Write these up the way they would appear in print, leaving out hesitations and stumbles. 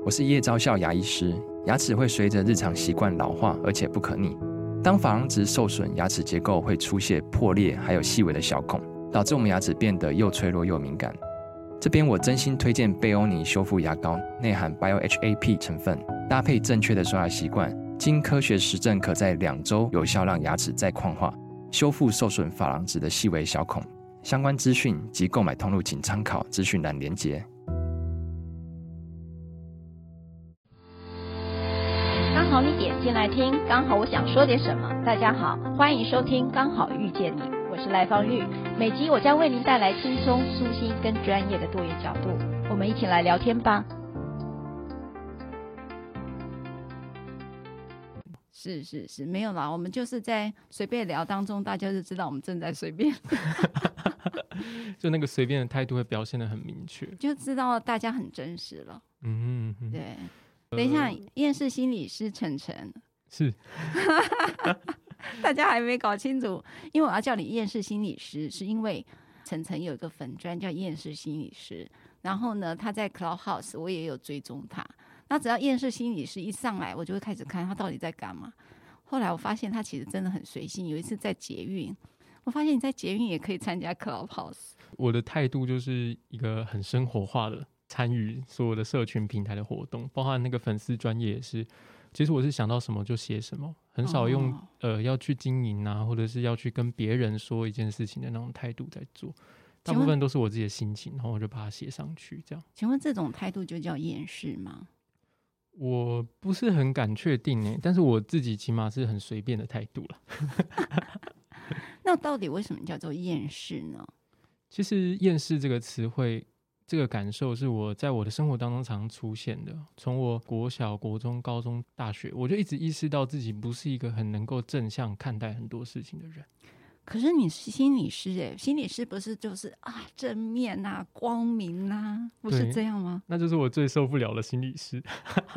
我是叶昭孝牙医师。牙齿会随着日常习惯老化，而且不可逆。当珐琅质受损，牙齿结构会出现破裂，还有细微的小孔，导致我们牙齿变得又脆弱又敏感。这边我真心推荐贝欧尼修复牙膏，内含 BioHAP 成分，搭配正确的刷牙习惯，经科学实证可在2周有效让牙齿再矿化，修复受损珐琅质的细微小孔。相关资讯及购买通路请参考资讯栏连结。 刚好你点进来听，刚好我想说点什么。大家好，欢迎收听刚好遇见你，我是赖芳玉。每集我将为您带来轻松、舒心跟专业的多元角度，我们一起来聊天吧。是，没有啦，我们就是在随便聊当中，大家就知道我们正在随便就那个随便的态度会表现得很明确， 就知道大家很真实了。对。等一下，厌世心理师晨晨是大家还没搞清楚，因为我要叫你厌世心理师，是因为晨晨有一个粉专叫厌世心理师，然后呢，他在 Clubhouse 我也有追踪他。那只要厌世心理师一上来，我就会开始看他到底在干嘛。后来我发现他其实真的很随性。有一次在捷运，我发现你在捷运也可以参加 Clubhouse。 我的态度就是一个很生活化的参与所有的社群平台的活动，包含那个粉丝专页也是。其实我是想到什么就写什么，很少用要去经营啊，或者是要去跟别人说一件事情的那种态度在做。大部分都是我自己的心情，然后我就把它写上去。这样， 请问这种态度就叫厌世吗？ 我不是很敢确定但是我自己起码是很随便的态度了。 那到底为什么叫做厌世呢？ 其实厌世这个词汇，这个感受是我在我的生活当中常出现的。从我国小、国中、高中、大学，我就一直意识到自己不是一个很能够正向看待很多事情的人。 可是你是心理师心理师不是就是正面光明不是这样吗？ 那就是我最受不了的心理师。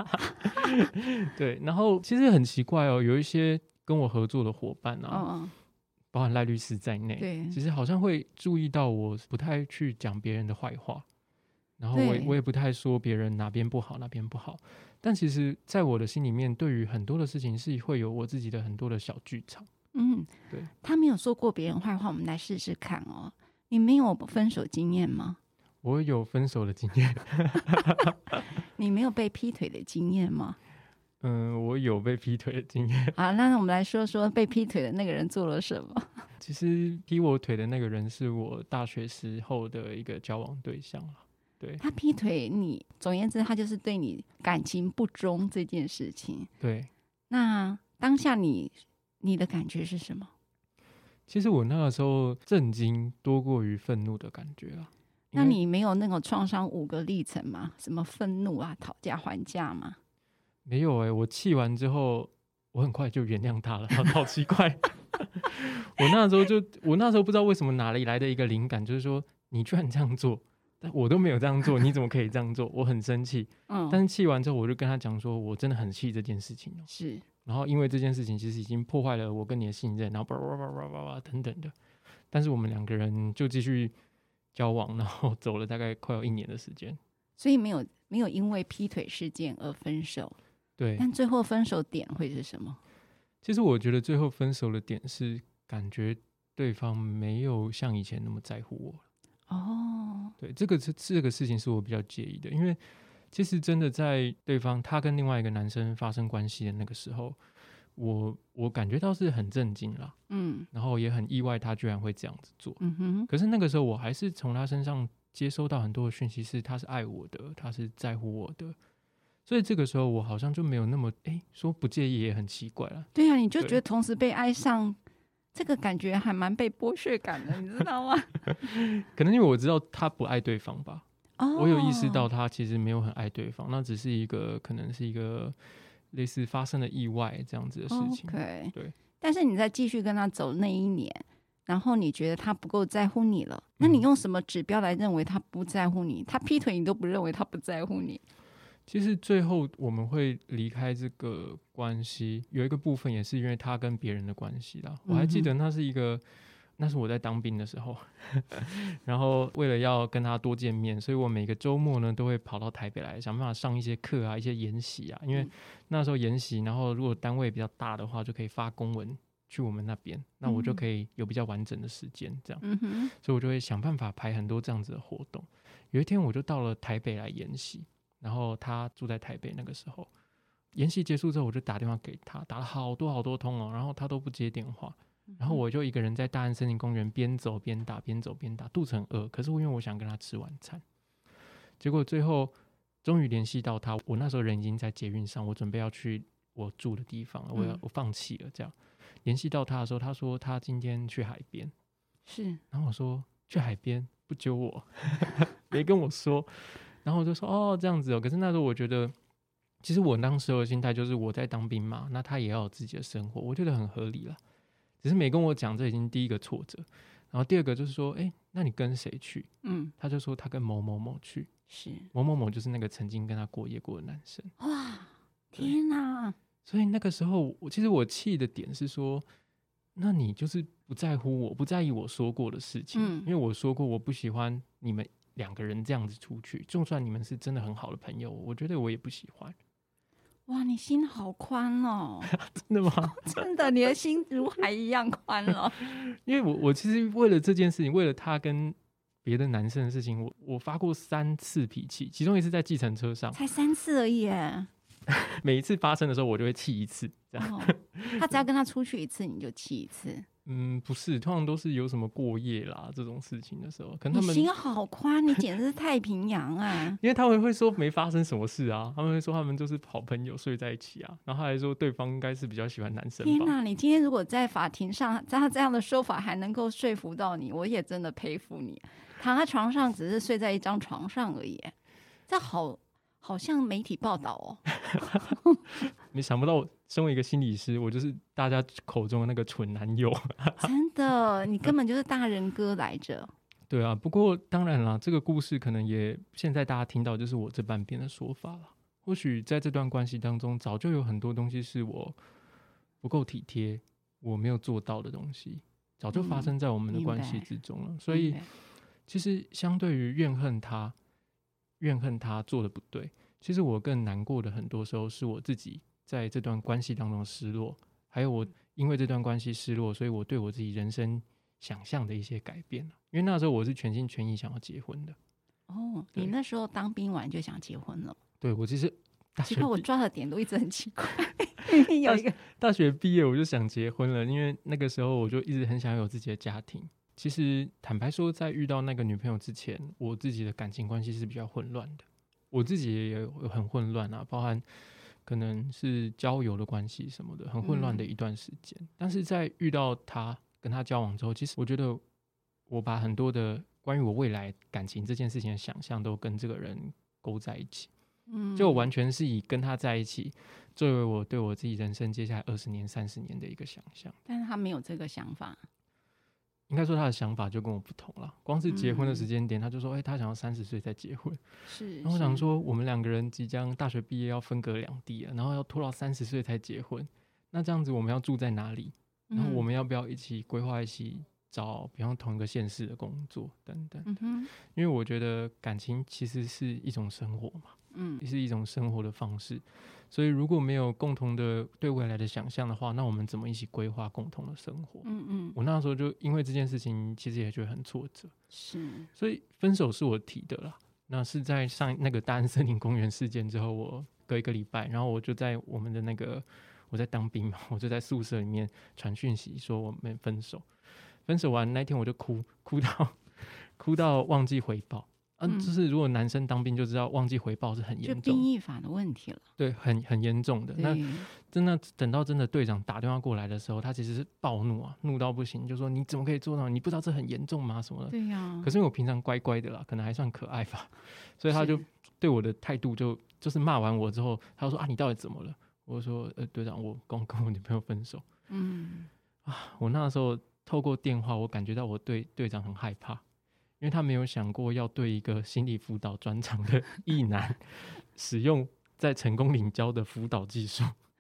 对，然后其实很奇怪有一些跟我合作的伙伴包含赖律师在内，其实好像会注意到我不太去讲别人的坏话，然后我也不太说别人哪边不好哪边不好，但其实在我的心里面，对于很多的事情是会有我自己的很多的小剧场。对， 他没有说过别人坏话，我们来试试看哦。你没有分手经验吗？ 我有分手的经验。 你没有被劈腿的经验吗？ 我有被劈腿的经验。 好，那我们来说说被劈腿的那个人做了什么。 其实劈我腿的那个人是我大学时候的一个交往对象。对， 他劈腿你，总而言之他就是对你感情不忠这件事情。 对， 那当下你的感觉是什么？ 其实我那个时候震惊多过于愤怒的感觉啊。 那你没有那种创伤5个历程吗？什么愤怒讨价还价吗？ 没有我气完之后我很快就原谅他了。好奇怪。我那时候不知道为什么哪里来的一个灵感，就是说你居然这样做，但我都没有这样做，你怎么可以这样做？我很生气。但是气完之后我就跟他讲说，我真的很气这件事情是， 然后因为这件事情其实已经破坏了我跟你的信任，然后叭叭叭叭叭叭等等的，但是我们2个人就继续交往，然后走了大概快有1年的时间。 所以没有因为劈腿事件而分手。 对， 但最后分手点会是什么？ 其实我觉得最后分手的点是感觉对方没有像以前那么在乎我了。对，这个事情是我比较介意的，因为其实真的在对方他跟另外一个男生发生关系的那个时候，我感觉到是很震惊啦。然后也很意外他居然会这样子做。可是那个时候我还是从他身上接收到很多的讯息，是他是爱我的，他是在乎我的。所以这个时候我好像就没有那么说不介意也很奇怪了。 对啊，你就觉得同时被爱上，这个感觉还蛮被剥削感的，你知道吗？ 可能因为我知道他不爱对方吧。我有意识到他其实没有很爱对方，那只是一个可能是一个类似发生的意外这样子的事情。对。 但是你在继续跟他走那1年，然后你觉得他不够在乎你了，那你用什么指标来认为他不在乎你？他劈腿你都不认为他不在乎你？ 其实最后我们会离开这个关系，有一个部分也是因为他跟别人的关系啦。我还记得那是一个那是我在当兵的时候然后为了要跟他多见面，所以我每个周末呢都会跑到台北来想办法上一些课啊，一些研习啊，因为那时候研习，然后如果单位比较大的话就可以发公文去我们那边，那我就可以有比较完整的时间这样，所以我就会想办法排很多这样子的活动。有一天我就到了台北来研习，然后他住在台北，那个时候研习结束之后我就打电话给他，打了好多通哦，然后他都不接电话，然后我就一个人在大安森林公园边走边打，肚子很饿，可是因为我想跟他吃晚餐，结果最后终于联系到他，我那时候人已经在捷运上，我准备要去我住的地方了，我放弃了这样。联系到他的时候，他说他今天去海边， 是， 然后我说去海边不揪我没跟我说，然后我就说哦这样子哦，可是那时候我觉得其实我当时的心态就是我在当兵嘛，那他也要有自己的生活，我觉得很合理啦，只是没跟我讲，这已经第一个挫折。然后第二个就是说那你跟谁去？他就说他跟某某某去， 是某某某就是那个曾经跟他过夜过的男生。 哇，天哪！ 所以那个时候其实我气的点是说，那你就是不在乎我，不在意我说过的事情，因为我说过我不喜欢你们2个人这样子出去，就算你们是真的很好的朋友，我觉得我也不喜欢。 哇，你心好宽哦真的吗？ 真的，你的心如海一样宽了因为我其实为了这件事情，为了他跟别的男生的事情，我发过3次脾气，其中一次在计程车上， 才3次而已耶每一次发生的时候我就会气一次这样、 他只要跟他出去一次你就气一次？ 不是，通常都是有什么过夜啦这种事情的时候，可能他们你心好宽，你简直是太平洋啊因为他们会说没发生什么事啊，他们会说他们就是好朋友睡在一起啊，然后他还说对方应该是比较喜欢男生吧。 天哪，你今天如果在法庭上他这样的说法还能够说服到你，我也真的佩服你。躺在床上只是睡在一张床上而已，这好像媒体报道哦你想不到我身为一个心理师，我就是大家口中的那个蠢男友真的，你根本就是大人哥来着对啊，不过当然啦，这个故事可能也现在大家听到就是我这半边的说法了。或许在这段关系当中早就有很多东西是我不够体贴，我没有做到的东西，早就发生在我们的关系之中了。所以其实相对于怨恨他做的不对，其实我更难过的很多时候是我自己在这段关系当中的失落，还有我因为这段关系失落，所以我对我自己人生想象的一些改变。因为那时候我是全心全意想要结婚的。 你那时候当兵完就想结婚了？ 对，我其实奇怪，我抓的点都一直很奇怪有一个大学毕业我就想结婚了，因为那个时候我就一直很想有自己的家庭。其实坦白说，在遇到那个女朋友之前，我自己的感情关系是比较混乱的，我自己也有很混乱啊，包含可能是交友的关系什么的，很混乱的一段时间。但是在遇到他跟他交往之后，其实我觉得我把很多的关于我未来感情这件事情的想象都跟这个人勾在一起，就完全是以跟他在一起作为我对我自己人生接下来20年30年的一个想象。 但是他没有这个想法， 应该说他的想法就跟我不同了。光是结婚的时间点，他就说他想要30岁再结婚。 是， 然后我想说我们2个人即将大学毕业要分隔两地了，然后要拖到30岁才结婚，那这样子我们要住在哪里？然后我们要不要一起规划，一起找比方同一个县市的工作等等。因为我觉得感情其实是一种生活嘛，是一种生活的方式，所以如果没有共同的对未来的想象的话，那我们怎么一起规划共同的生活？我那时候就因为这件事情其实也觉得很挫折， 是， 所以分手是我提的啦。那是在上那个大安森林公园事件之后，我隔1个礼拜，然后我就在我们的那个我在当兵嘛，我就在宿舍里面传讯息说我们分手。分手完那天我就哭到忘记回报。就是如果男生当兵就知道忘记回报是很严重的， 就兵役法的问题了。 对，很严重的。那真的等到真的队长打电话过来的时候，他其实是暴怒啊，怒到不行，就说你怎么可以做到？你不知道这很严重吗？什么的。 对呀。 可是因为我平常乖乖的啦，可能还算可爱吧，所以他就对我的态度就是骂完我之后，他就说你到底怎么了？我就说队长，我刚跟我女朋友分手。我那时候透过电话，我感觉到我对队长很害怕。因为他没有想过要对一个心理辅导专长的异男使用在成功领教的辅导技术。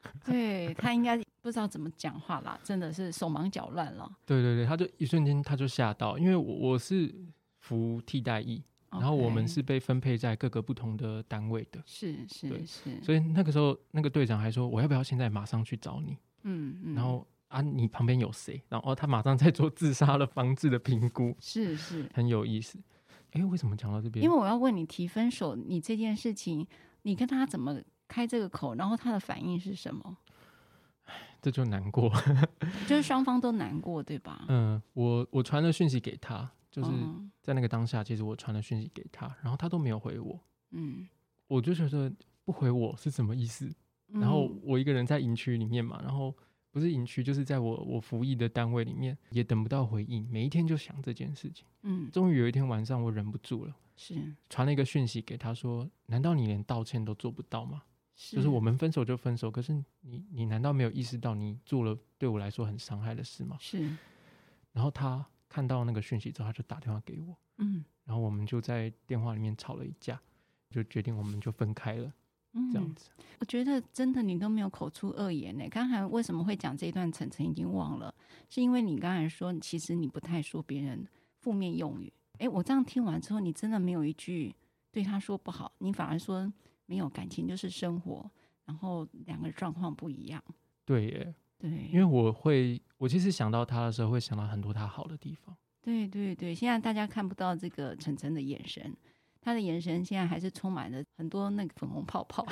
对，他应该不知道怎么讲话啦，真的是手忙脚乱了。 对对对，他就一瞬间他就吓到，因为我是服替代役，然后我们是被分配在各个不同的单位的， 是， 所以那个时候那个队长还说我要不要现在马上去找你，然后你旁边有谁，然后他马上在做自杀的防治的评估， 是很有意思。为什么讲到这边？ 因为我要问你提分手，你这件事情你跟他怎么开这个口，然后他的反应是什么？ 这就难过就是双方都难过对吧？ 我传了讯息给他，就是在那个当下其实我传了讯息给他，然后他都没有回我，我就觉得不回我是什么意思？然后我一个人在营区里面嘛，然后不是营区就是在我服役的单位里面，也等不到回应，每一天就想这件事情。终于有一天晚上我忍不住了，传了一个讯息给他说，难道你连道歉都做不到吗？就是我们分手就分手，可是你难道没有意识到你做了对我来说很伤害的事吗？然后他看到那个讯息之后，他就打电话给我，然后我们就在电话里面吵了一架，就决定我们就分开了。这样子， 我觉得真的你都没有口出恶言呢。刚才为什么会讲这一段，晨晨已经忘了，是因为你刚才说其实你不太说别人负面用语。我这样听完之后，你真的没有一句对他说不好，你反而说没有，感情就是生活，然后两个状况不一样。 对耶， 对， 因为我其实想到他的时候会想到很多他好的地方。 对对对，现在大家看不到这个晨晨的眼神，他的眼神现在还是充满了很多那个粉红泡泡。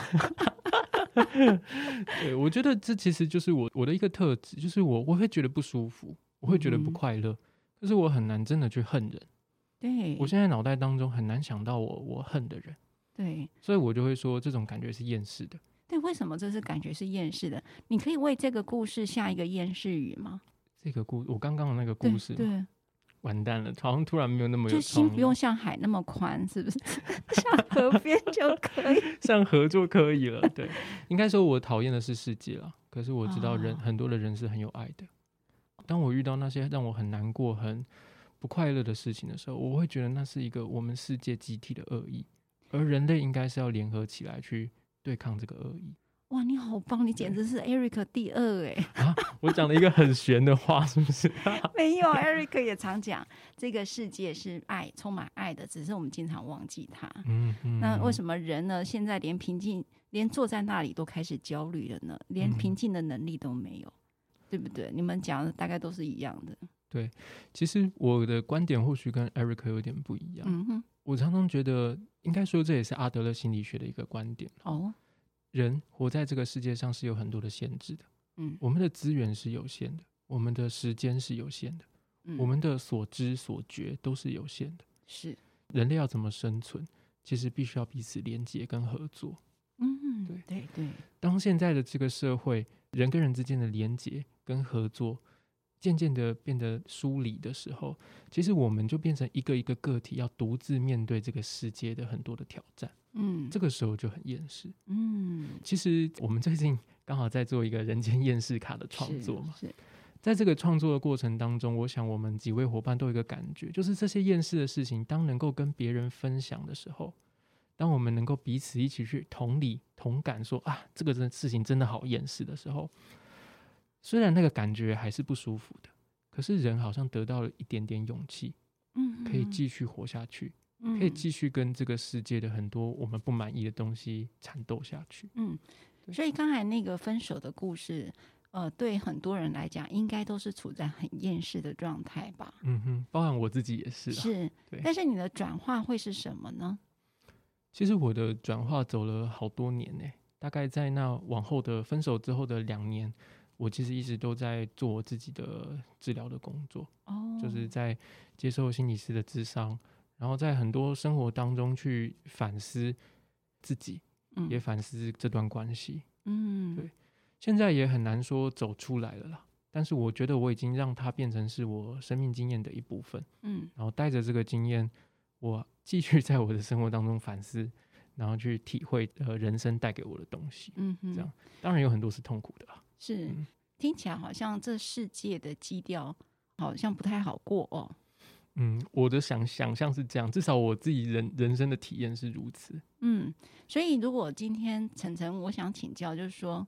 对，我觉得这其实就是我的一个特质，就是我会觉得不舒服，我会觉得不快乐，可是我很难真的去恨人。 对， 我现在脑袋当中很难想到我恨的人。 对， 所以我就会说这种感觉是厌世的。 对，为什么这是感觉是厌世的？你可以为这个故事下一个厌世语吗？ 这个我刚刚的那个故事， 对， 完蛋了，好像突然没有那么有创意。 就心不用像海那么宽，是不是？像河边就可以， 像河就可以了。对，应该说我讨厌的是世界啦，可是我知道很多的人是很有爱的。当我遇到那些让我很难过、很不快乐的事情的时候，我会觉得那是一个我们世界集体的恶意。而人类应该是要联合起来去对抗这个恶意。 哇，你好棒，你简直是 Eric 第二我讲了一个很玄的话，是不是？ 没有 ，Eric 也常讲，这个世界是爱，充满爱的，只是我们经常忘记它。那为什么人呢？现在连坐在那里都开始焦虑了呢？连平静的能力都没有，对不对？你们讲的大概都是一样的。 对，其实我的观点或许跟 Eric 有点不一样。我常常觉得，应该说这也是阿德勒心理学的一个观点。人活在这个世界上是有很多的限制的。我们的资源是有限的，我们的时间是有限的，我们的所知所觉都是有限的。 是， 人类要怎么生存，其实必须要彼此连接跟合作。 对。 当现在的这个社会，人跟人之间的连接跟合作渐渐的变得疏离的时候，其实我们就变成一个一个个体要独自面对这个世界的很多的挑战。这个时候就很厌世。其实我们最近刚好在做一个人间厌世卡的创作嘛，在这个创作的过程当中，我想我们几位伙伴都有一个感觉，就是这些厌世的事情当能够跟别人分享的时候，当我们能够彼此一起去同理同感说这个事情真的好厌世的时候，虽然那个感觉还是不舒服的，可是人好像得到了一点点勇气，可以继续活下去，可以继续跟这个世界的很多我们不满意的东西缠斗下去。 所以刚才那个分手的故事，对很多人来讲，应该都是处在很厌世的状态吧？ 包含我自己也是。 是，但是你的转化会是什么呢？ 其实我的转化走了好多年呢，大概在那往后的分手之后的2年。我其实一直都在做我自己的治疗的工作，就是在接受心理师的咨商，然后在很多生活当中去反思自己，也反思这段关系。对，现在也很难说走出来了啦，但是我觉得我已经让它变成是我生命经验的一部分。然后带着这个经验，我继续在我的生活当中反思，然后去体会人生带给我的东西。这样当然有很多是痛苦的啦。 是，听起来好像这世界的基调好像不太好过哦。 我的想象是这样，至少我自己人生的体验是如此。 所以如果今天晨晨，我想请教，就是说，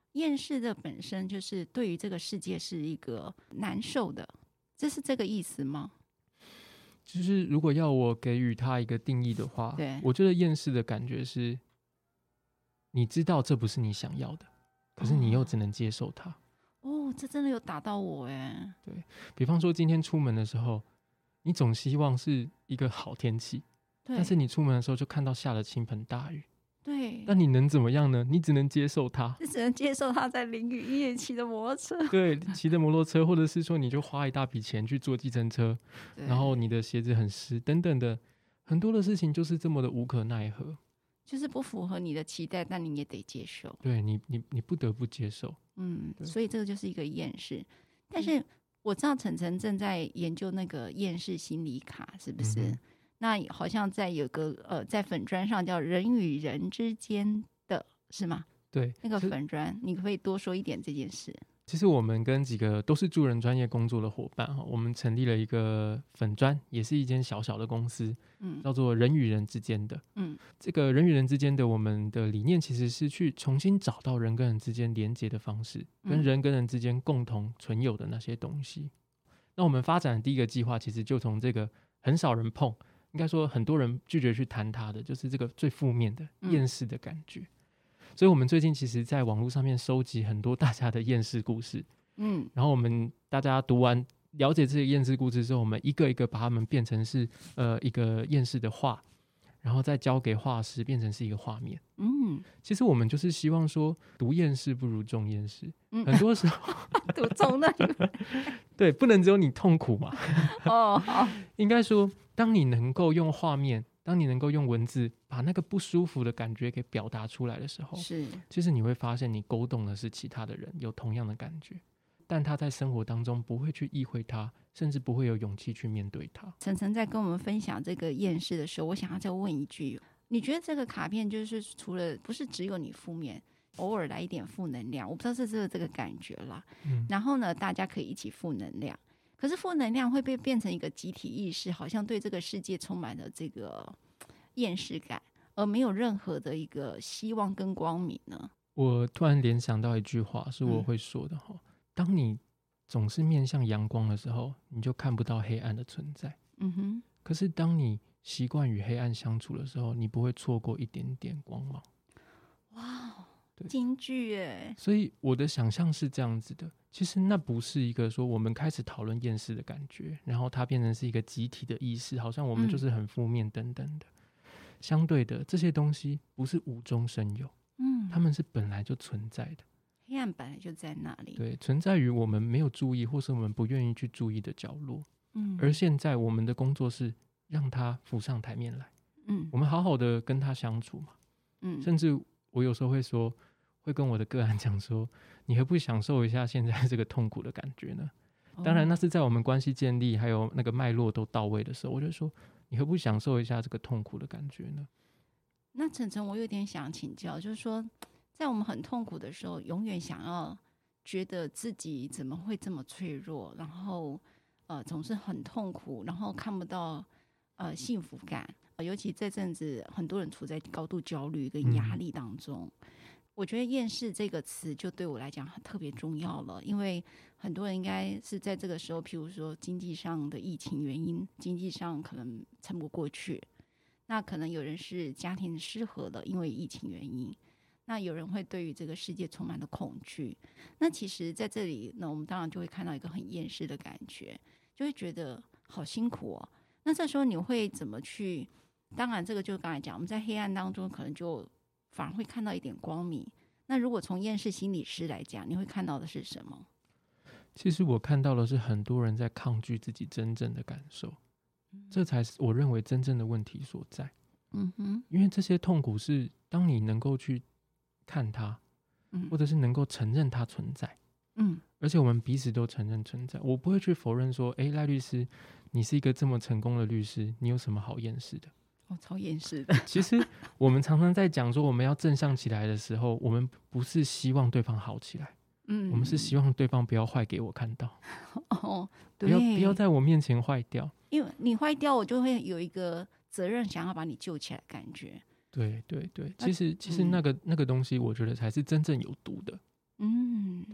厌世的本身就是对于这个世界是一个难受的，这是这个意思吗？ 就是如果要我给予它一个定义的话，我觉得厌世的感觉是，你知道这不是你想要的，可是你又只能接受它。 这真的有打到我耶。 对，比方说今天出门的时候，你总希望是一个好天气，但是你出门的时候就看到下了倾盆大雨。 对， 那你能怎么样呢？你只能接受它， 你只能接受它在淋雨夜骑的摩托车。 对，骑的摩托车，或者是说你就花一大笔钱去坐计程车，然后你的鞋子很湿等等的，很多的事情就是这么的无可奈何， 就是不符合你的期待，但你也得接受。 对，你不得不接受。 所以这个就是一个厌世。但是我知道晨晨正在研究那个厌世心理卡，是不是？那好像在有个在粉专上叫人与人之间的，是吗？ 对， 那个粉专，你可以多说一点这件事。 其实我们跟几个都是助人专业工作的伙伴，我们成立了一个粉专，也是一间小小的公司，叫做人与人之间的。这个人与人之间的，我们的理念其实是去重新找到人跟人之间连接的方式，跟人跟人之间共同存有的那些东西。那我们发展的第一个计划，其实就从这个很少人碰，应该说很多人拒绝去谈它的，就是这个最负面的厌世的感觉。所以我们最近其实在网络上面收集很多大家的厌世故事，然后我们大家读完了解这些厌世故事之后，我们一个一个把它们变成是一个厌世的画，然后再交给画师变成是一个画面。其实我们就是希望说，读厌世不如种厌世。很多时候读种的对，不能只有你痛苦嘛。 好， 应该说，当你能够用画面，当你能够用文字把那个不舒服的感觉给表达出来的时候，其实你会发现你勾动的是其他的人有同样的感觉，但他在生活当中不会去意会它，甚至不会有勇气去面对它。 晨晨在跟我们分享这个厌世的时候，我想要再问一句，你觉得这个卡片就是除了不是只有你负面，偶尔来一点负能量，我不知道是不是这个感觉啦。然后呢，大家可以一起负能量，可是负能量会被变成一个集体意识，好像对这个世界充满了这个厌世感，而没有任何的一个希望跟光明呢？ 我突然联想到一句话是我会说的，当你总是面向阳光的时候，你就看不到黑暗的存在。可是当你习惯与黑暗相处的时候，你不会错过一点点光芒。 哇，金句耶！ 所以我的想象是这样子的，其实那不是一个说我们开始讨论厌世的感觉，然后它变成是一个集体的意识，好像我们就是很负面等等的。相对的，这些东西不是无中生有，他们是本来就存在的。 黑暗本来就在那里， 对，存在于我们没有注意或是我们不愿意去注意的角落。而现在我们的工作是让它浮上台面来，我们好好的跟他相处嘛。甚至我有时候会跟我的个案讲说，你何不享受一下现在这个痛苦的感觉呢？当然那是在我们关系建立还有那个脉络都到位的时候，我就说你何不享受一下这个痛苦的感觉呢？ 那晨晨，我有点想请教，就是说在我们很痛苦的时候，永远想要觉得自己怎么会这么脆弱，然后总是很痛苦，然后看不到幸福感，尤其这阵子很多人处在高度焦虑跟压力当中。我觉得厌世这个词就对我来讲特别重要了，因为很多人应该是在这个时候，譬如说经济上的疫情原因，经济上可能撑不过去，那可能有人是家庭失和了，因为疫情原因，那有人会对于这个世界充满了恐惧。那其实在这里呢，我们当然就会看到一个很厌世的感觉，就会觉得好辛苦哦。那这时候你会怎么去？当然这个就是刚才讲，我们在黑暗当中可能就反而会看到一点光明。那如果从厌世心理师来讲，你会看到的是什么？ 其实我看到的是很多人在抗拒自己真正的感受，这才是我认为真正的问题所在。因为这些痛苦是当你能够去看它，或者是能够承认它存在，而且我们彼此都承认存在。我不会去否认说，赖律师，你是一个这么成功的律师，你有什么好厌世的？ 超厌世的。 其实我们常常在讲说我们要正向起来的时候，我们不是希望对方好起来，我们是希望对方不要坏给我看到。 对， 不要在我面前坏掉， 因为你坏掉，我就会有一个责任想要把你救起来的感觉。 对对对，其实那个东西，我觉得才是真正有毒的。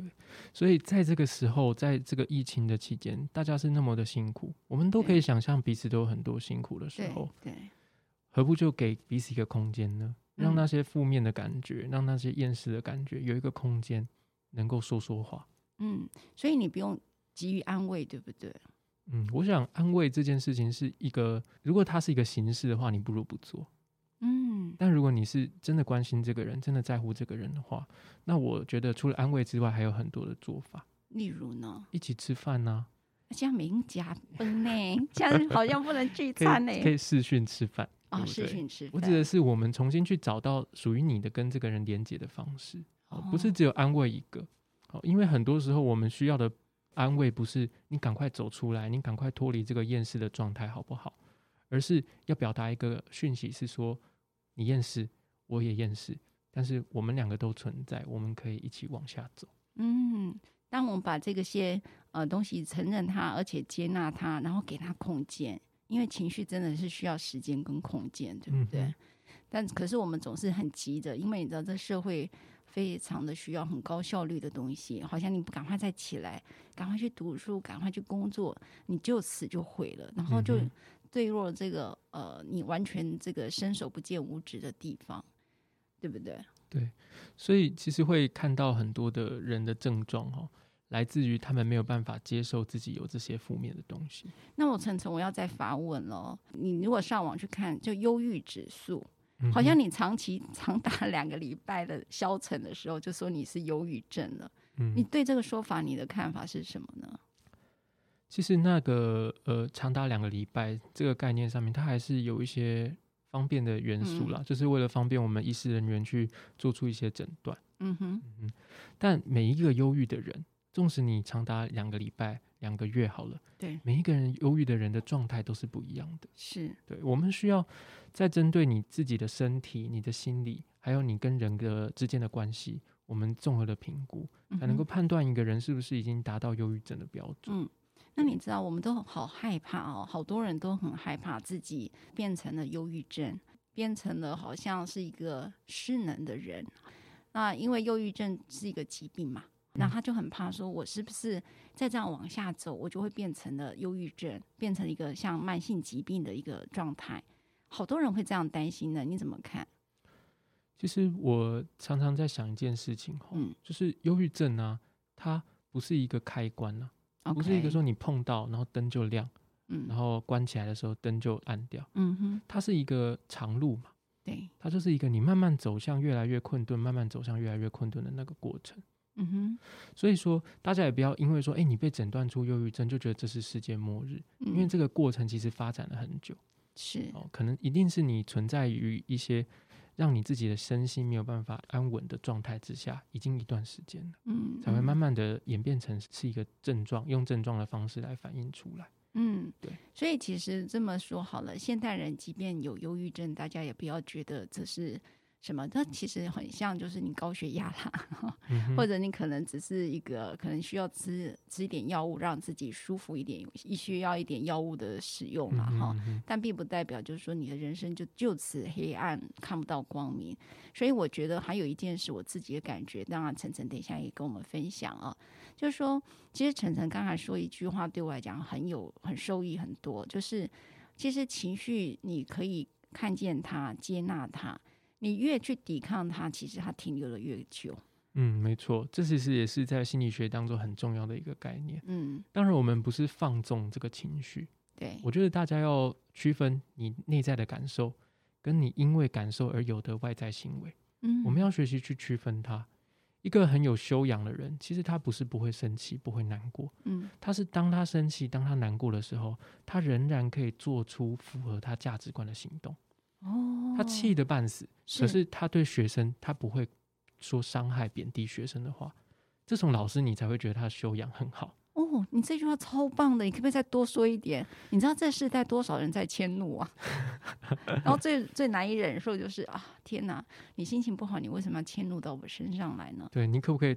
对，所以在这个时候，在这个疫情的期间，大家是那么的辛苦，我们都可以想象彼此都有很多辛苦的时候， 对， 何不就给彼此一个空间呢？让那些负面的感觉，让那些厌世的感觉有一个空间，能够说说话。 所以你不用急于安慰，对不对？ 我想安慰这件事情是一个，如果它是一个形式的话，你不如不做。但如果你是真的关心这个人，真的在乎这个人的话，那我觉得除了安慰之外，还有很多的做法。 例如呢？ 一起吃饭啊。 这样没加分呢，这样好像不能聚餐呢。 可以视讯吃饭。 视讯吃饭。 我指的是我们重新去找到属于你的跟这个人连结的方式，不是只有安慰一个。因为很多时候我们需要的安慰不是你赶快走出来，你赶快脱离这个厌世的状态好不好，而是要表达一个讯息，是说你厌世我也厌世，但是我们两个都存在，我们可以一起往下走。 当我们把这些东西承认它，而且接纳它，然后给它空间，因为情绪真的是需要时间跟空间，对不对？但可是我们总是很急着，因为你知道这社会非常的需要很高效率的东西，好像你不赶快再起来，赶快去读书，赶快去工作，你就此就毁了，然后就坠入这个你完全这个伸手不见五指的地方，对不对？ 对，所以其实会看到很多的人的症状来自于他们没有办法接受自己有这些负面的东西。 那晨晨，我要再发问了，你如果上网去看，就忧郁指数，好像你长达2个礼拜的消沉的时候，就说你是忧郁症了。你对这个说法，你的看法是什么呢？ 其实那个长达2个礼拜这个概念上面，它还是有一些方便的元素啦，就是为了方便我们医师人员去做出一些诊断。但每一个忧郁的人，纵使你长达2个礼拜、2个月好了， 对， 每一个人忧郁的人的状态都是不一样的。 是， 对，我们需要在针对你自己的身体、你的心理，还有你跟人的之间的关系，我们综合的评估，才能够判断一个人是不是已经达到忧郁症的标准。 那你知道我们都好害怕好多人都很害怕自己变成了忧郁症，变成了好像是一个失能的人。那因为忧郁症是一个疾病嘛，那他就很怕说我是不是再这样往下走，我就会变成了忧郁症，变成一个像慢性疾病的一个状态。好多人会这样担心呢，你怎么看？ 其实我常常在想一件事情就是忧郁症啊，它不是一个开关啊，不是一个说你碰到然后灯就亮，然后关起来的时候灯就暗掉。它是一个长路嘛， 对， 它就是一个你慢慢走向越来越困顿，慢慢走向越来越困顿的那个过程。所以说大家也不要因为说你被诊断出忧郁症就觉得这是世界末日，因为这个过程其实发展了很久， 是可能一定是你存在于一些让你自己的身心没有办法安稳的状态之下，已经一段时间了，才会慢慢的演变成是一个症状，用症状的方式来反映出来。对。 所以其实这么说好了，现代人即便有忧郁症，大家也不要觉得这是什么，它其实很像就是你高血压啦，或者你可能只是一个可能需要吃一点药物让自己舒服一点，需要一点药物的使用啦，但并不代表就是说你的人生就此黑暗，看不到光明。所以我觉得还有一件事我自己的感觉，当然晨晨等一下也跟我们分享啊，就是说其实晨晨刚才说一句话对我来讲很受益很多，就是其实情绪你可以看见它，接纳它，你越去抵抗它，其实它停留的越久。 没错，这其实也是在心理学当中很重要的一个概念。当然我们不是放纵这个情绪， 对， 我觉得大家要区分你内在的感受跟你因为感受而有的外在行为。我们要学习去区分它。一个很有修养的人，其实他不是不会生气不会难过，他是当他生气当他难过的时候，他仍然可以做出符合他价值观的行动。他气得半死，可是他对学生他不会说伤害贬低学生的话，这种老师你才会觉得他修养很好。 你这句话超棒的，你可不可以再多说一点？你知道这世代多少人在迁怒啊然后最难以忍受就是天哪，你心情不好，你为什么要迁怒到我身上来呢？ 对，你可不可以对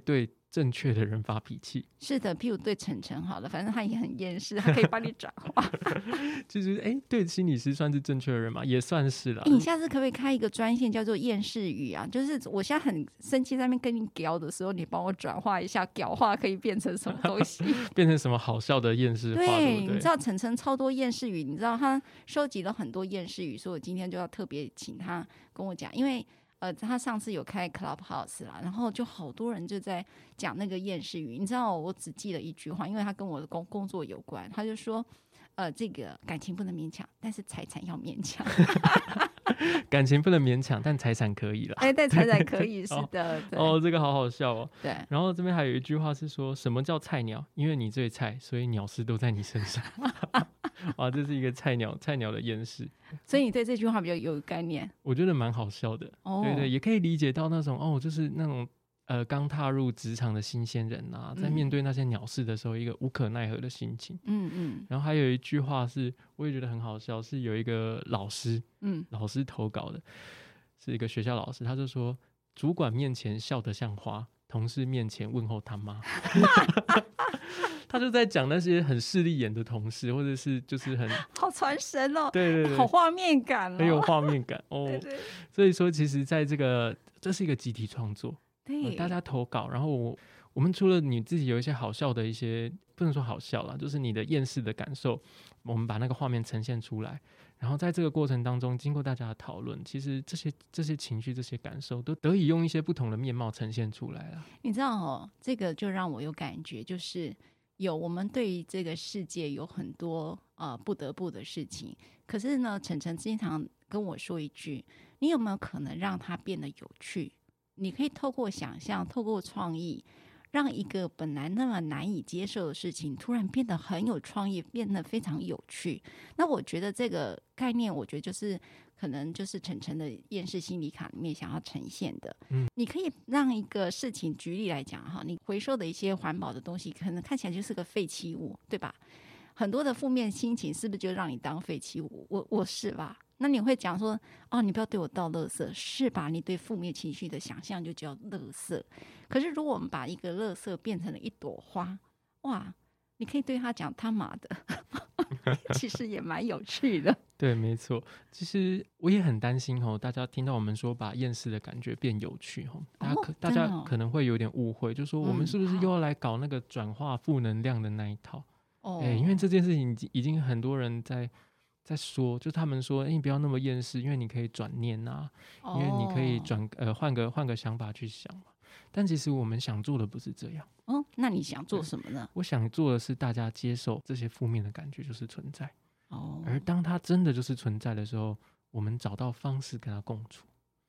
正确的人发脾气。 是的，譬如对晨晨好了，反正他也很厌世，他可以帮你转化。 就是对心理师算是正确的人嘛，也算是啦。 你下次可不可以开一个专线叫做厌世语啊？就是我现在很生气，在那边跟你屌的时候，你帮我转化一下，屌话可以变成什么东西？ 变成什么好笑的厌世话？对， 你知道晨晨超多厌世语，你知道他收集了很多厌世语，所以我今天就要特别请他跟我讲，因为他上次有开 Clubhouse 啦，然后就好多人就在讲那个厌世语。你知道我只记了一句话，因为他跟我的工作有关，他就说这个感情不能勉强，但是财产要勉强。 感情不能勉强，但财产可以啦。 对，财产可以，是的。 这个好好笑哦。 对。 然后这边还有一句话是说，什么叫菜鸟？因为你最菜，所以鸟事都在你身上。哇，这是一个菜鸟的厌世。 所以你对这句话比较有概念？ 我觉得蛮好笑的。对对，也可以理解到那种就是那种刚踏入职场的新鲜人啊，在面对那些鸟事的时候，一个无可奈何的心情。然后还有一句话是，我也觉得很好笑，是有一个老师投稿的，是一个学校老师，他就说，主管面前笑得像花，同事面前问候他妈。他就在讲那些很势利眼的同事，或者是就是很好传神哦， 对， 好画面感很有画面感哦。 对， 所以说其实在这是一个集体创作， 对， 大家投稿，然后我们除了你自己有一些好笑的一些，不能说好笑啦，就是你的厌世的感受，我们把那个画面呈现出来，然后在这个过程当中，经过大家的讨论，其实这些情绪、这些感受都得以用一些不同的面貌呈现出来了。 你知道这个就让我有感觉，就是我们对于这个世界有很多不得不的事情，可是呢，晨晨经常跟我说一句，你有没有可能让它变得有趣？你可以透过想象，透过创意，让一个本来那么难以接受的事情突然变得很有创意，变得非常有趣。那我觉得这个概念，我觉得就是可能就是晨晨的厌世心理卡里面想要呈现的。你可以让一个事情，举例来讲哈，你回收的一些环保的东西，可能看起来就是个废弃物，对吧？很多的负面心情是不是就让你当废弃物？我是吧？那你会讲说，你不要对我倒垃圾，是吧？你对负面情绪的想象就叫垃圾。可是如果我们把一个垃圾变成了一朵花，哇，你可以对他讲他妈的，其实也蛮有趣的。 对，没错。其实我也很担心大家听到我们说把厌世的感觉变有趣大家可能会有点误会，就说我们是不是又要来搞那个转化负能量的那一套？因为这件事情已经很多人在说，就他们说，你不要那么厌世，因为你可以转念啊，因为你可以换个想法去想嘛。但其实我们想做的不是这样。 那你想做什么呢？ 我想做的是大家接受这些负面的感觉就是存在。而当它真的就是存在的时候，我们找到方式跟它共处。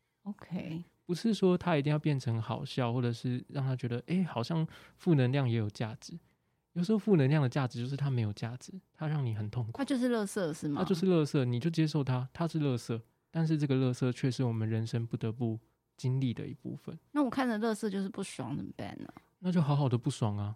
OK， 不是说它一定要变成好笑，或者是让他觉得好像负能量也有价值。有时候负能量的价值就是它没有价值，它让你很痛苦。 它就是垃圾是吗？ 它就是垃圾，你就接受它，它是垃圾，但是这个垃圾却是我们人生不得不经历的一部分。 那我看着垃圾就是不爽怎么办呢？ 那就好好的不爽啊。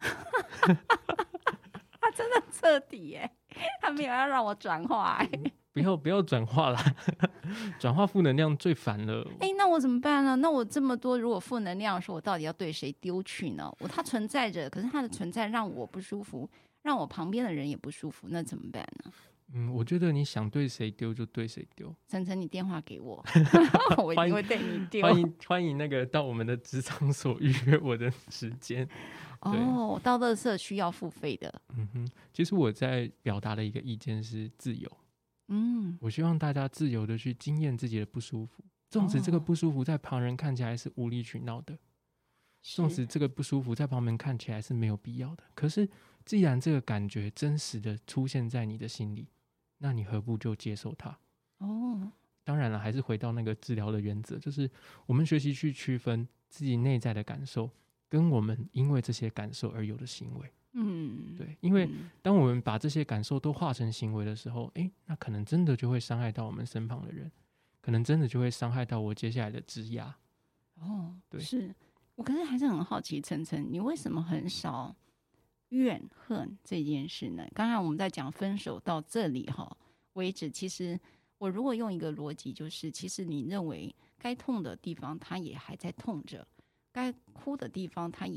他真的彻底耶，他没有要让我转化耶。 不要转化啦，转化负能量最烦了。 那我怎么办呢？那我这么多如果负能量的时候，我到底要对谁丢去呢？它存在着，可是它的存在让我不舒服，让我旁边的人也不舒服，那怎么办呢？ 我觉得你想对谁丢就对谁丢。 晨晨，你电话给我，我一定会对你丢。 欢迎那个到我们的职场所预约我的时间。 到垃圾需要付费的。 其实我在表达的一个意见是自由。我希望大家自由的去经验自己的不舒服，纵使这个不舒服在旁人看起来是无理取闹的，纵使这个不舒服在旁人看起来是没有必要的，可是既然这个感觉真实的出现在你的心里，那你何不就接受它？当然了，还是回到那个治疗的原则，就是我们学习去区分自己内在的感受跟我们因为这些感受而有的行为。对，因为当我们把这些感受都化成行为的时候，那可能真的就会伤害到我们身旁的人，可能真的就会伤害到我接下来的职涯。对， 是我可是还是很好奇，晨晨，你为什么很少怨恨这件事呢？刚才我们在讲分手到这里为止，其实我如果用一个逻辑，就是其实你认为该痛的地方，它也还在痛着；该哭的地方，它也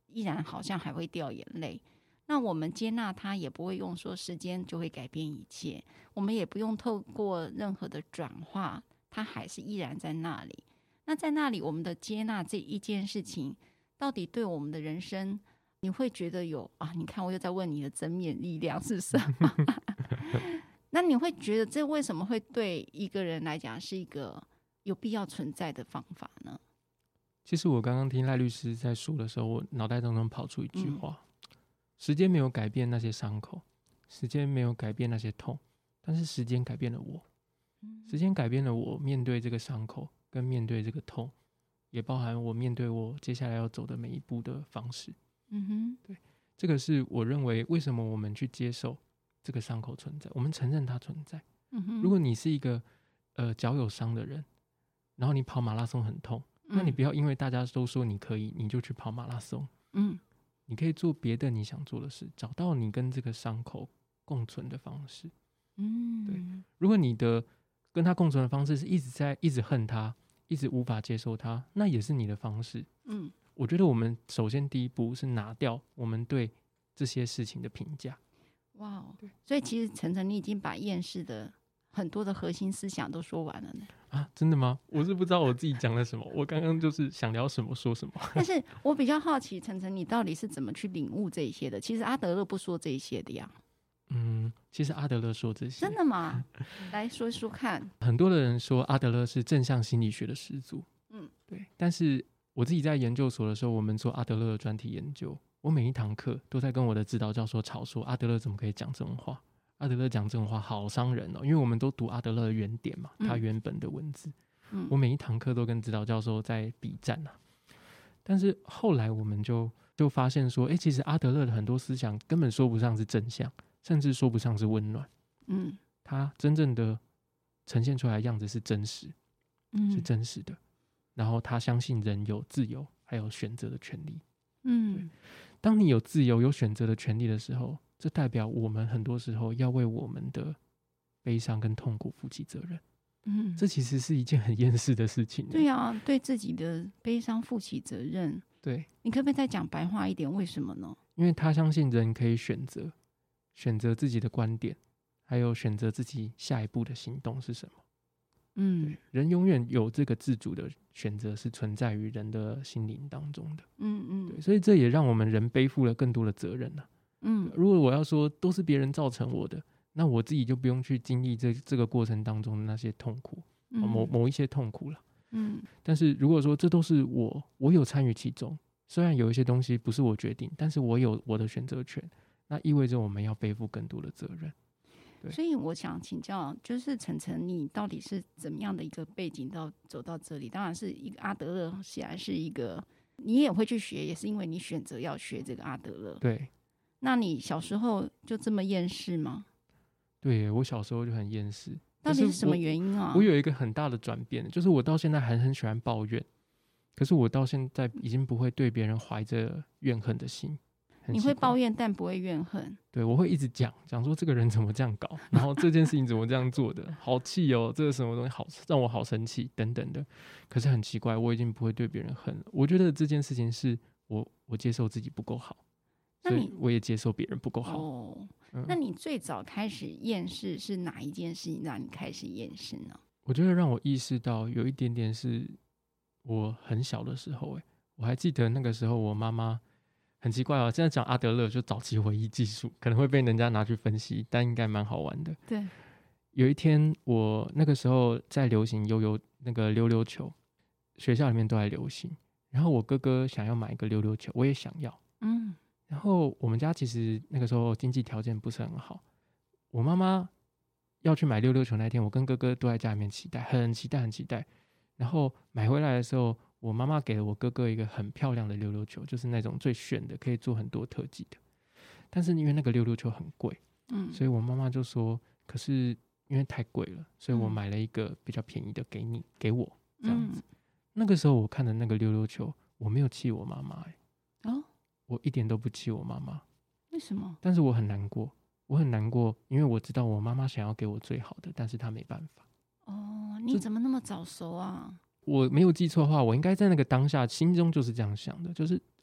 依然好像还会掉眼泪。那我们接纳它，也不会用说时间就会改变一切，我们也不用透过任何的转化，它还是依然在那里。那在那里，我们的接纳这一件事情，到底对我们的人生，你会觉得有你看我又在问你的正面力量是什么？那你会觉得这为什么会对一个人来讲是一个有必要存在的方法呢？ 其实我刚刚听赖律师在说的时候，我脑袋当中跑出一句话，时间没有改变那些伤口，时间没有改变那些痛，但是时间改变了我。时间改变了我面对这个伤口跟面对这个痛，也包含我面对我接下来要走的每一步的方式。对，这个是我认为为什么我们去接受这个伤口存在，我们承认它存在。如果你是一个脚有伤的人，然后你跑马拉松很痛，那你不要因为大家都说你可以，你就去跑马拉松。你可以做别的你想做的事，找到你跟这个伤口共存的方式。对，如果你的跟他共存的方式是一直恨他，一直无法接受他，那也是你的方式。我觉得我们首先第一步是拿掉我们对这些事情的评价。 哇，所以其实晨晨你已经把厌世的很多的核心思想都说完了呢。 真的吗？我是不知道我自己讲了什么，我刚刚就是想聊什么说什么。 但是我比较好奇，晨晨你到底是怎么去领悟这一些的？其实阿德勒不说这一些的呀。 其实阿德勒说这些。 真的吗？来说一说看。 很多的人说阿德勒是正向心理学的始祖。对。但是我自己在研究所的时候，我们做阿德勒的专题研究，我每一堂课都在跟我的指导教授吵说，阿德勒怎么可以讲这种话？阿德勒讲这种话好伤人哦，因为我们都读阿德勒的原点嘛，他原本的文字。我每一堂课都跟指导教授在比战啊。但是后来我们就发现说，其实阿德勒的很多思想根本说不上是正向，甚至说不上是温暖。他真正的呈现出来的样子是真实，是真实的。然后他相信人有自由还有选择的权利。当你有自由有选择的权利的时候，这代表我们很多时候要为我们的悲伤跟痛苦负起责任。这其实是一件很厌世的事情。 对啊，对自己的悲伤负起责任。 对， 你可不可以再讲白话一点？为什么呢？ 因为他相信人可以选择自己的观点，还有选择自己下一步的行动是什么。人永远有这个自主的选择，是存在于人的心灵当中的。对，所以这也让我们人背负了更多的责任啊。如果我要说都是别人造成我的，那我自己就不用去经历这个过程当中的那些痛苦，某一些痛苦了。但是如果说这都是我有参与其中，虽然有一些东西不是我决定，但是我有我的选择权，那意味着我们要背负更多的责任。 所以我想请教，就是晨晨你到底是怎么样的一个背景走到这里？当然是一个阿德勒，显然是一个你也会去学，也是因为你选择要学这个阿德勒。 对。 那你小时候就这么厌世吗？ 对，我小时候就很厌世。 到底是什么原因啊？ 我有一个很大的转变，就是我到现在还很喜欢抱怨，可是我到现在已经不会对别人怀着怨恨的心。 你会抱怨但不会怨恨。 对，我会一直讲说这个人怎么这样搞，然后这件事情怎么这样做的，好气哦，这个什么东西让我好生气等等的。可是很奇怪，我已经不会对别人恨了。我觉得这件事情是我接受自己不够好，所以我也接受别人不够好。 那你最早开始厌世是哪一件事情让你开始厌世呢？ 我觉得让我意识到有一点点是我很小的时候。我还记得那个时候我妈妈很奇怪哦，现在讲阿德勒就早期回忆技术可能会被人家拿去分析，但应该蛮好玩的。 对， 有一天我那个时候在流行那个溜溜球，学校里面都在流行，然后我哥哥想要买一个溜溜球，我也想要。然后我们家其实那个时候经济条件不是很好，我妈妈要去买溜溜球那天，我跟哥哥都在家里面期待，很期待很期待。然后买回来的时候，我妈妈给了我哥哥一个很漂亮的溜溜球，就是那种最炫的，可以做很多特技的。但是因为那个溜溜球很贵，所以我妈妈就说，可是因为太贵了，所以我买了一个比较便宜的给我这样子。那个时候我看的那个溜溜球，我没有气我妈妈。我一点都不气我妈妈。 为什么？ 但是我很难过，因为我知道我妈妈想要给我最好的，但是她没办法。 你怎么那么早熟啊？ 我没有记错的话，我应该在那个当下心中就是这样想的，就是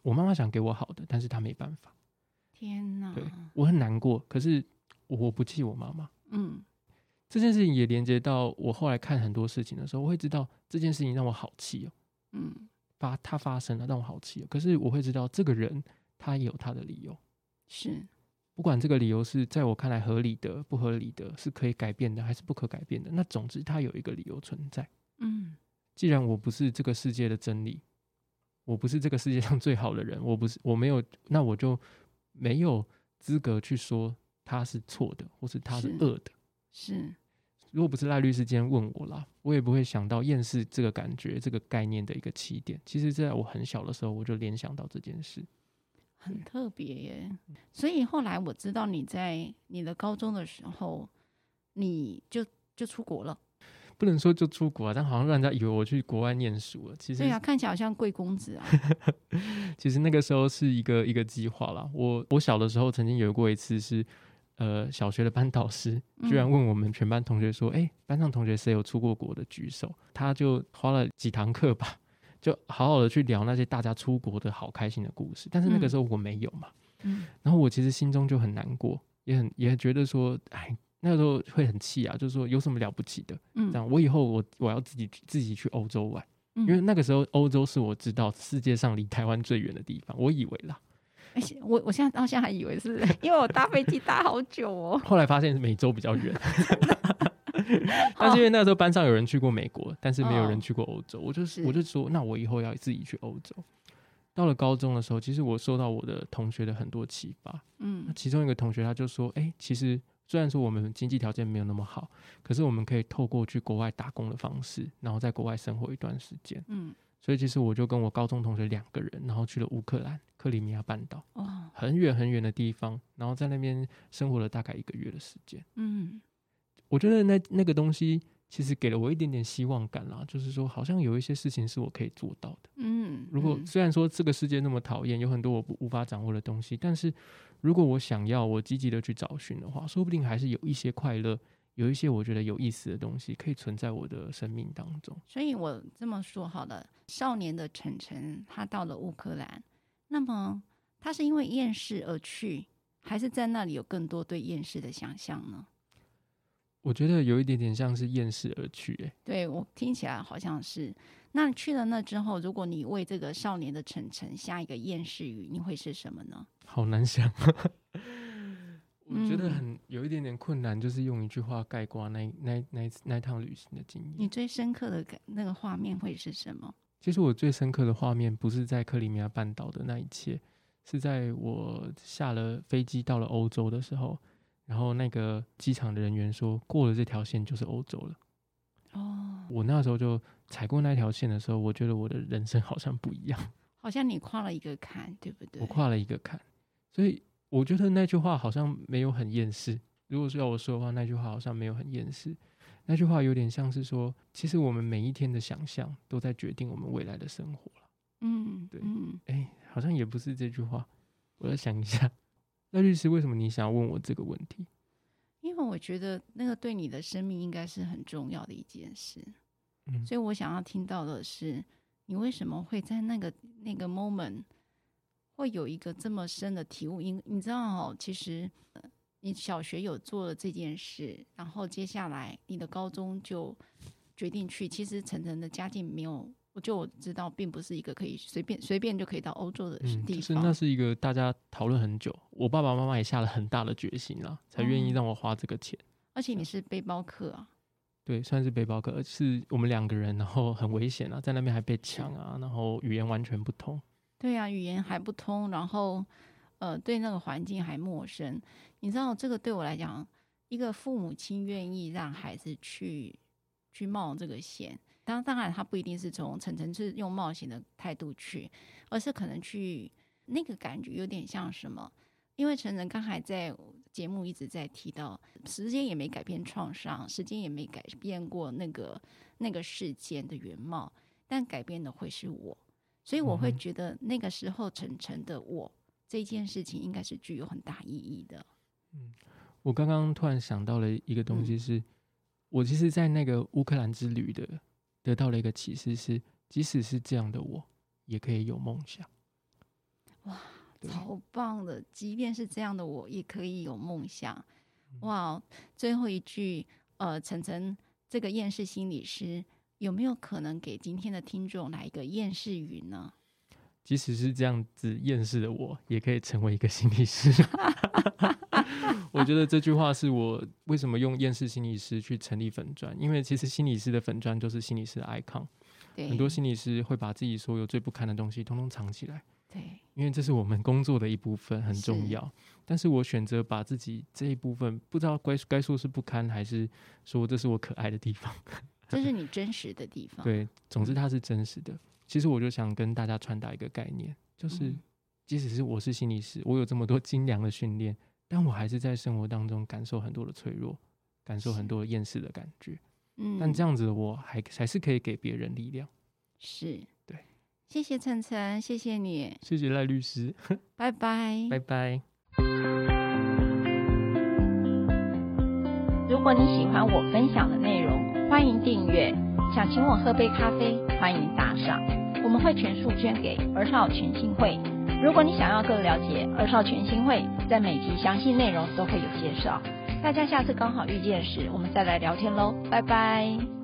我妈妈想给我好的，但是她没办法。 天哪！ 对，我很难过，可是我不气我妈妈。这件事情也连接到我后来看很多事情的时候，我会知道这件事情让我好气它发生了让我好气可是我会知道这个人他也有他的理由， 是不管这个理由是在我看来合理的、不合理的，是可以改变的还是不可改变的，那总之他有一个理由存在。既然我不是这个世界的真理，我不是这个世界上最好的人，我没有，那我就没有资格去说他是错的，或是他是恶的。 是， 如果不是赖律师今天问我啦，我也不会想到厌世这个感觉、这个概念的一个起点。其实在我很小的时候，我就联想到这件事， 很特别耶。所以后来我知道你在你的高中的时候，你就出国了。 不能说就出国但好像让人家以为我去国外念书了。其实对啊，看起来好像贵公子啊。 其实那个时候是一个计划啦。我小的时候曾经有过一次是，小学的班导师居然问我们全班同学说，班上同学谁有出过国的举手。他就花了几堂课吧，就好好的去聊那些大家出国的好开心的故事。但是那个时候我没有嘛，然后我其实心中就很难过，也觉得说，那个时候会很气啊，就是说有什么了不起的？这样我以后我要自己去欧洲玩，因为那个时候欧洲是我知道世界上离台湾最远的地方，我以为啦。 我现在到现在还以为是因为我搭飞机搭好久哦。 后来发现美洲比较远，但是因为那个时候班上有人去过美国，但是没有人去过欧洲，我就说那我以后要自己去欧洲。到了高中的时候，其实我受到我的同学的很多启发。其中一个同学他就说，其实虽然说我们经济条件没有那么好，可是我们可以透过去国外打工的方式，然后在国外生活一段时间。所以其实我就跟我高中同学2个人，然后去了乌克兰克里米亚半岛，很远很远的地方，然后在那边生活了大概1个月的时间。我觉得那个东西其实给了我一点点希望感啦，就是说好像有一些事情是我可以做到的。如果虽然说这个世界那么讨厌，有很多我无法掌握的东西，但是如果我想要我积极的去找寻的话，说不定还是有一些快乐，有一些我觉得有意思的东西可以存在我的生命当中。 所以我这么说好了，少年的晨晨他到了乌克兰，那么他是因为厌世而去，还是在那里有更多对厌世的想象呢？ 我觉得有一点点像是厌世而去。 对，我听起来好像是。那去了那之后，如果你为这个少年的晨晨下一个厌世语，你会是什么呢？ 好难想。我觉得有一点点困难，就是用一句话概括那趟旅行的经验。 你最深刻的那个画面会是什么？ 其实我最深刻的画面不是在克里米亚半岛的那一切，是在我下了飞机到了欧洲的时候，然后那个机场的人员说过了这条线就是欧洲了。我那时候就踩过那条线的时候，我觉得我的人生好像不一样， 好像你跨了一个坎，对不对？ 我跨了一个坎，所以我觉得那句话好像没有很厌世。如果是要我说的话，那句话好像没有很厌世。那句话有点像是说，其实我们每一天的想象都在决定我们未来的生活了。对，好像也不是这句话。我要想一下，那律师，为什么你想要问我这个问题？ 因为我觉得那个对你的生命应该是很重要的一件事。所以我想要听到的是，你为什么会在那个 moment 会有一个这么深的体悟？你知道其实你小学有做了这件事，然后接下来你的高中就决定去。其实晨晨的家境没有，我知道并不是一个可以随便就可以到欧洲的地方。 就是那是一个大家讨论很久，我爸爸妈妈也下了很大的决心啦，才愿意让我花这个钱。 而且你是背包客啊。 对，算是背包客，是我们2个人，然后很危险啊，在那边还被抢啊，然后语言完全不通。 对啊，语言还不通，然后对那个环境还陌生。你知道这个对我来讲，一个父母亲愿意让孩子去冒这个险，当然他不一定是从晨晨是用冒险的态度去，而是可能去那个感觉有点像什么。因为晨晨刚才在节目一直在提到，时间也没改变创伤，时间也没改变过那个事件的原貌，但改变的会是我。所以我会觉得那个时候晨晨的我这件事情应该是具有很大意义的。 我刚刚突然想到了一个东西是，我其实在那个乌克兰之旅的得到了一个启示是，即使是这样的我也可以有梦想。 哇，超棒的！即便是这样的我，也可以有梦想。哇，最后一句，晨晨这个厌世心理师有没有可能给今天的听众来一个厌世语呢？ 即使是这样子厌世的我，也可以成为一个心理师。我觉得这句话是我为什么用厌世心理师去成立粉专，因为其实心理师的粉专就是心理师的 icon。很多心理师会把自己所有最不堪的东西通通藏起来， 对， 因为这是我们工作的一部分，很重要。但是我选择把自己这一部分，不知道该说是不堪，还是说这是我可爱的地方， 这是你真实的地方。 对，总之它是真实的。其实我就想跟大家传达一个概念，就是即使是我是心理师，我有这么多精良的训练，但我还是在生活当中感受很多的脆弱，感受很多的厌世的感觉。但这样子的我还是可以给别人力量。 是， 对， 谢谢晨晨，谢谢你， 谢谢赖律师， 拜拜， 拜拜。 如果你喜欢我分享的内容，欢迎订阅。想请我喝杯咖啡，欢迎打赏，我们会全数捐给儿少全心会。如果你想要更了解儿少全心会，在每集详细内容都会有介绍。大家下次刚好遇见时，我们再来聊天咯，拜拜。